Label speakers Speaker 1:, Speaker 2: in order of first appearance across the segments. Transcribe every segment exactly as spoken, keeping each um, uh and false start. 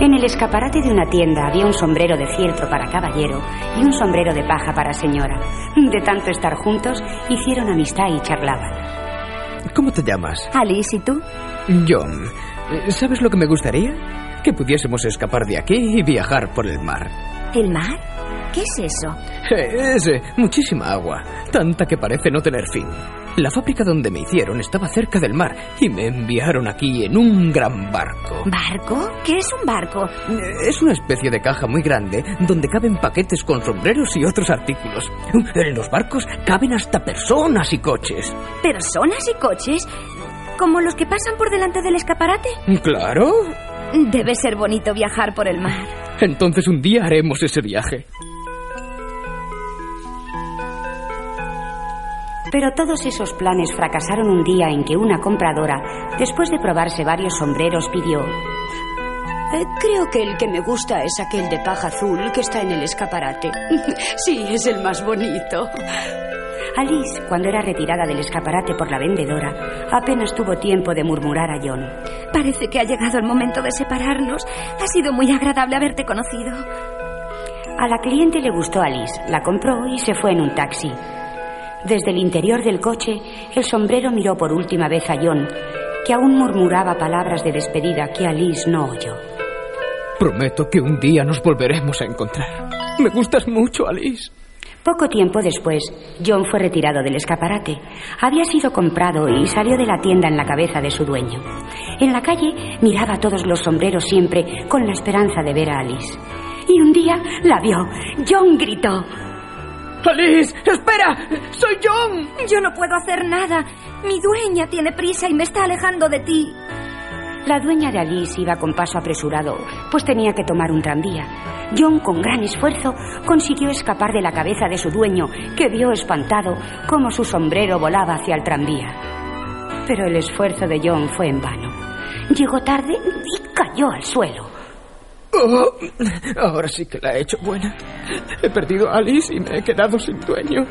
Speaker 1: En el escaparate de una tienda había un sombrero de fieltro para caballero y un sombrero de paja para señora. De tanto estar juntos, hicieron amistad y charlaban.
Speaker 2: ¿Cómo te llamas?
Speaker 3: Alice, ¿y tú?
Speaker 2: John. ¿Sabes lo que me gustaría? Que pudiésemos escapar de aquí y viajar por el mar.
Speaker 3: ¿El mar? ¿Qué es eso?
Speaker 2: Es eh, muchísima agua, tanta que parece no tener fin. La fábrica donde me hicieron estaba cerca del mar y me enviaron aquí en un gran barco.
Speaker 3: ¿Barco? ¿Qué es un barco?
Speaker 2: Es una especie de caja muy grande donde caben paquetes con sombreros y otros artículos. En los barcos caben hasta personas y coches.
Speaker 3: ¿Personas y coches? ¿Como los que pasan por delante del escaparate?
Speaker 2: ¡Claro!
Speaker 3: Debe ser bonito viajar por el mar.
Speaker 2: Entonces un día haremos ese viaje.
Speaker 1: Pero todos esos planes fracasaron un día en que una compradora, después de probarse varios sombreros, pidió:
Speaker 4: eh, Creo que el que me gusta es aquel de paja azul que está en el escaparate. Sí, es el más bonito.
Speaker 1: Alice, cuando era retirada del escaparate por la vendedora, apenas tuvo tiempo de murmurar a John:
Speaker 3: Parece que ha llegado el momento de separarnos. Ha sido muy agradable haberte conocido.
Speaker 1: A la cliente le gustó Alice, la compró y se fue en un taxi. Desde el interior del coche, el sombrero miró por última vez a John, que aún murmuraba palabras de despedida que Alice no oyó.
Speaker 2: Prometo que un día nos volveremos a encontrar. Me gustas mucho, Alice.
Speaker 1: Poco tiempo después, John fue retirado del escaparate. Había sido comprado y salió de la tienda en la cabeza de su dueño. En la calle miraba todos los sombreros siempre con la esperanza de ver a Alice. Y un día la vio. John gritó:
Speaker 2: ¡Alice! ¡Espera! ¡Soy John!
Speaker 3: Yo no puedo hacer nada. Mi dueña tiene prisa y me está alejando de ti.
Speaker 1: La dueña de Alice iba con paso apresurado, pues tenía que tomar un tranvía. John, con gran esfuerzo, consiguió escapar de la cabeza de su dueño, que vio espantado cómo su sombrero volaba hacia el tranvía. Pero el esfuerzo de John fue en vano. Llegó tarde y cayó al suelo.
Speaker 2: Oh, ahora sí que la he hecho buena. He perdido a Alice y me he quedado sin dueño.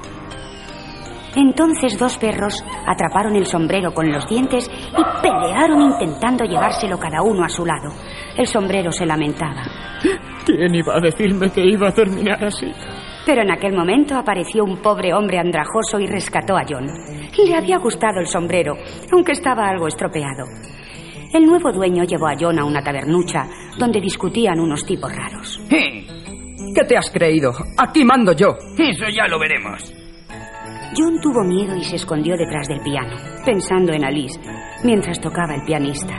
Speaker 1: Entonces dos perros atraparon el sombrero con los dientes y pelearon intentando llevárselo cada uno a su lado. El sombrero se lamentaba.
Speaker 2: ¿Quién iba a decirme que iba a terminar así?
Speaker 1: Pero en aquel momento apareció un pobre hombre andrajoso y rescató a John. Le había gustado el sombrero, aunque estaba algo estropeado. El nuevo dueño llevó a John a una tabernucha donde discutían unos tipos raros.
Speaker 5: ¿Qué te has creído? Aquí mando yo.
Speaker 6: Eso ya lo veremos.
Speaker 1: John tuvo miedo y se escondió detrás del piano, pensando en Alice, mientras tocaba el pianista.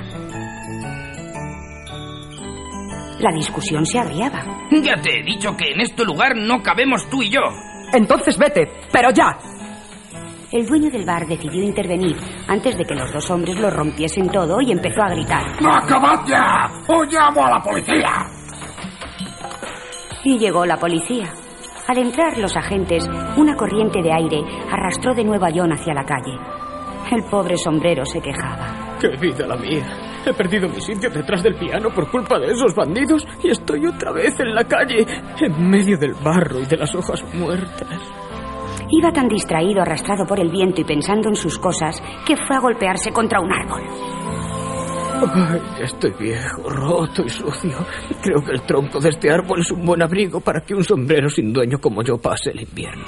Speaker 1: La discusión se agriaba.
Speaker 6: Ya te he dicho que en este lugar no cabemos tú y yo.
Speaker 5: Entonces vete, pero ya.
Speaker 1: El dueño del bar decidió intervenir antes de que los dos hombres lo rompiesen todo y empezó a gritar:
Speaker 7: ¡Acabad ya! ¡O llamo a la policía!
Speaker 1: Y llegó la policía. Al entrar los agentes, una corriente de aire arrastró de nuevo a John hacia la calle. El pobre sombrero se quejaba.
Speaker 2: ¡Qué vida la mía! He perdido mi sitio detrás del piano por culpa de esos bandidos y estoy otra vez en la calle, en medio del barro y de las hojas muertas.
Speaker 1: Iba tan distraído, arrastrado por el viento y pensando en sus cosas, que fue a golpearse contra un árbol.
Speaker 2: Ay, estoy viejo, roto y sucio. Creo que el tronco de este árbol es un buen abrigo para que un sombrero sin dueño como yo pase el invierno.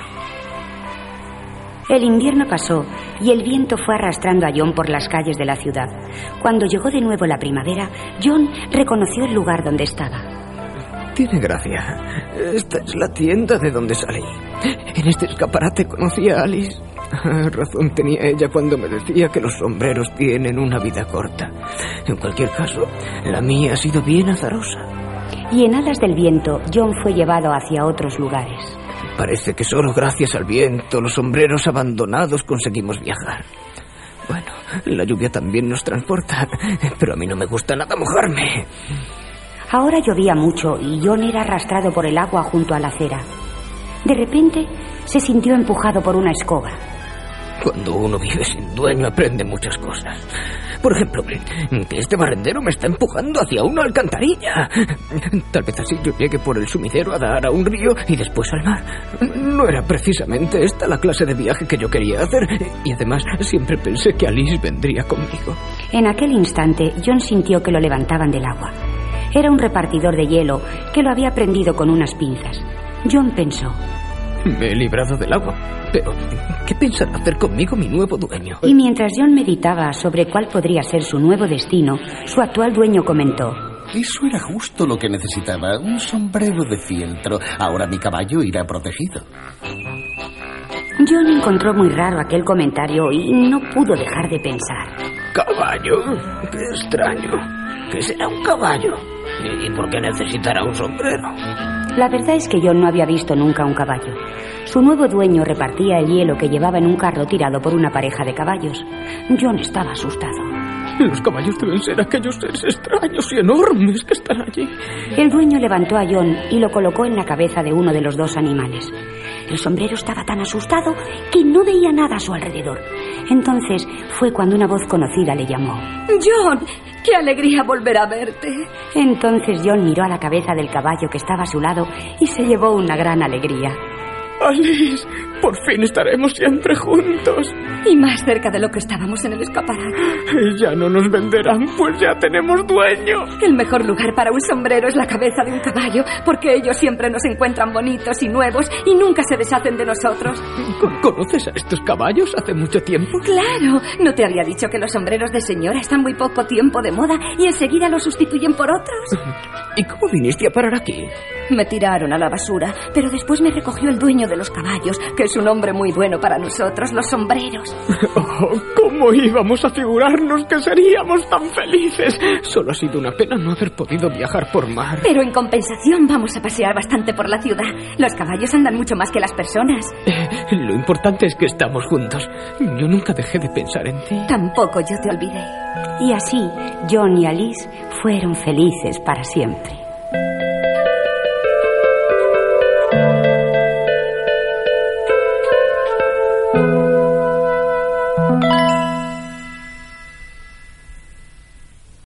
Speaker 1: El invierno pasó y el viento fue arrastrando a John por las calles de la ciudad. Cuando llegó de nuevo la primavera, John reconoció el lugar donde estaba.
Speaker 2: Tiene gracia. Esta es la tienda de donde salí. En este escaparate conocí a Alice. Razón tenía ella cuando me decía que los sombreros tienen una vida corta. En cualquier caso, la mía ha sido bien azarosa.
Speaker 1: Y en alas del viento, John fue llevado hacia otros lugares.
Speaker 2: Parece que solo gracias al viento, los sombreros abandonados, conseguimos viajar. Bueno, la lluvia también nos transporta, pero a mí no me gusta nada mojarme.
Speaker 1: Ahora llovía mucho y John era arrastrado por el agua junto a la acera. De repente, se sintió empujado por una escoba.
Speaker 2: Cuando uno vive sin dueño aprende muchas cosas. Por ejemplo, que este barrendero me está empujando hacia una alcantarilla. Tal vez así yo llegue por el sumidero a dar a un río y después al mar. No era precisamente esta la clase de viaje que yo quería hacer. Y además siempre pensé que Alice vendría conmigo.
Speaker 1: En aquel instante, John sintió que lo levantaban del agua. Era un repartidor de hielo que lo había prendido con unas pinzas. John pensó:
Speaker 2: me he librado del agua, pero ¿qué pensará hacer conmigo mi nuevo dueño?
Speaker 1: Y mientras John meditaba sobre cuál podría ser su nuevo destino, su actual dueño comentó:
Speaker 8: eso era justo lo que necesitaba, un sombrero de fieltro. Ahora mi caballo irá protegido.
Speaker 1: John encontró muy raro aquel comentario y no pudo dejar de pensar.
Speaker 2: ¿Caballo? Qué extraño. ¿Qué será un caballo? ¿Y por qué necesitará un sombrero?
Speaker 1: La verdad es que John no había visto nunca un caballo. Su nuevo dueño repartía el hielo que llevaba en un carro tirado por una pareja de caballos. John estaba asustado.
Speaker 2: Los caballos deben ser aquellos seres extraños y enormes que están allí.
Speaker 1: El dueño levantó a John y lo colocó en la cabeza de uno de los dos animales. El sombrero estaba tan asustado que no veía nada a su alrededor. Entonces fue cuando una voz conocida le llamó.
Speaker 3: ¡John! ¡Qué alegría volver a verte!
Speaker 1: Entonces John miró a la cabeza del caballo que estaba a su lado y se llevó una gran alegría.
Speaker 2: Alice, por fin estaremos siempre juntos.
Speaker 3: Y más cerca de lo que estábamos en el escaparate.
Speaker 2: Ya no nos venderán, pues ya tenemos dueño.
Speaker 3: El mejor lugar para un sombrero es la cabeza de un caballo, porque ellos siempre nos encuentran bonitos y nuevos y nunca se deshacen de nosotros.
Speaker 2: ¿Conoces a estos caballos hace mucho tiempo?
Speaker 3: Claro, ¿no te había dicho que los sombreros de señora están muy poco tiempo de moda y enseguida los sustituyen por otros?
Speaker 2: ¿Y cómo viniste a parar aquí?
Speaker 3: Me tiraron a la basura, pero después me recogió el dueño de los caballos, que es un hombre muy bueno para nosotros, los sombreros.
Speaker 2: Oh, ¿cómo íbamos a figurarnos que seríamos tan felices? Solo ha sido una pena no haber podido viajar por mar.
Speaker 3: Pero en compensación vamos a pasear bastante por la ciudad. Los caballos andan mucho más que las personas.
Speaker 2: Eh, lo importante es que estamos juntos. Yo nunca dejé de pensar en ti.
Speaker 3: Tampoco yo te olvidé.
Speaker 1: Y así, John y Alice fueron felices para siempre.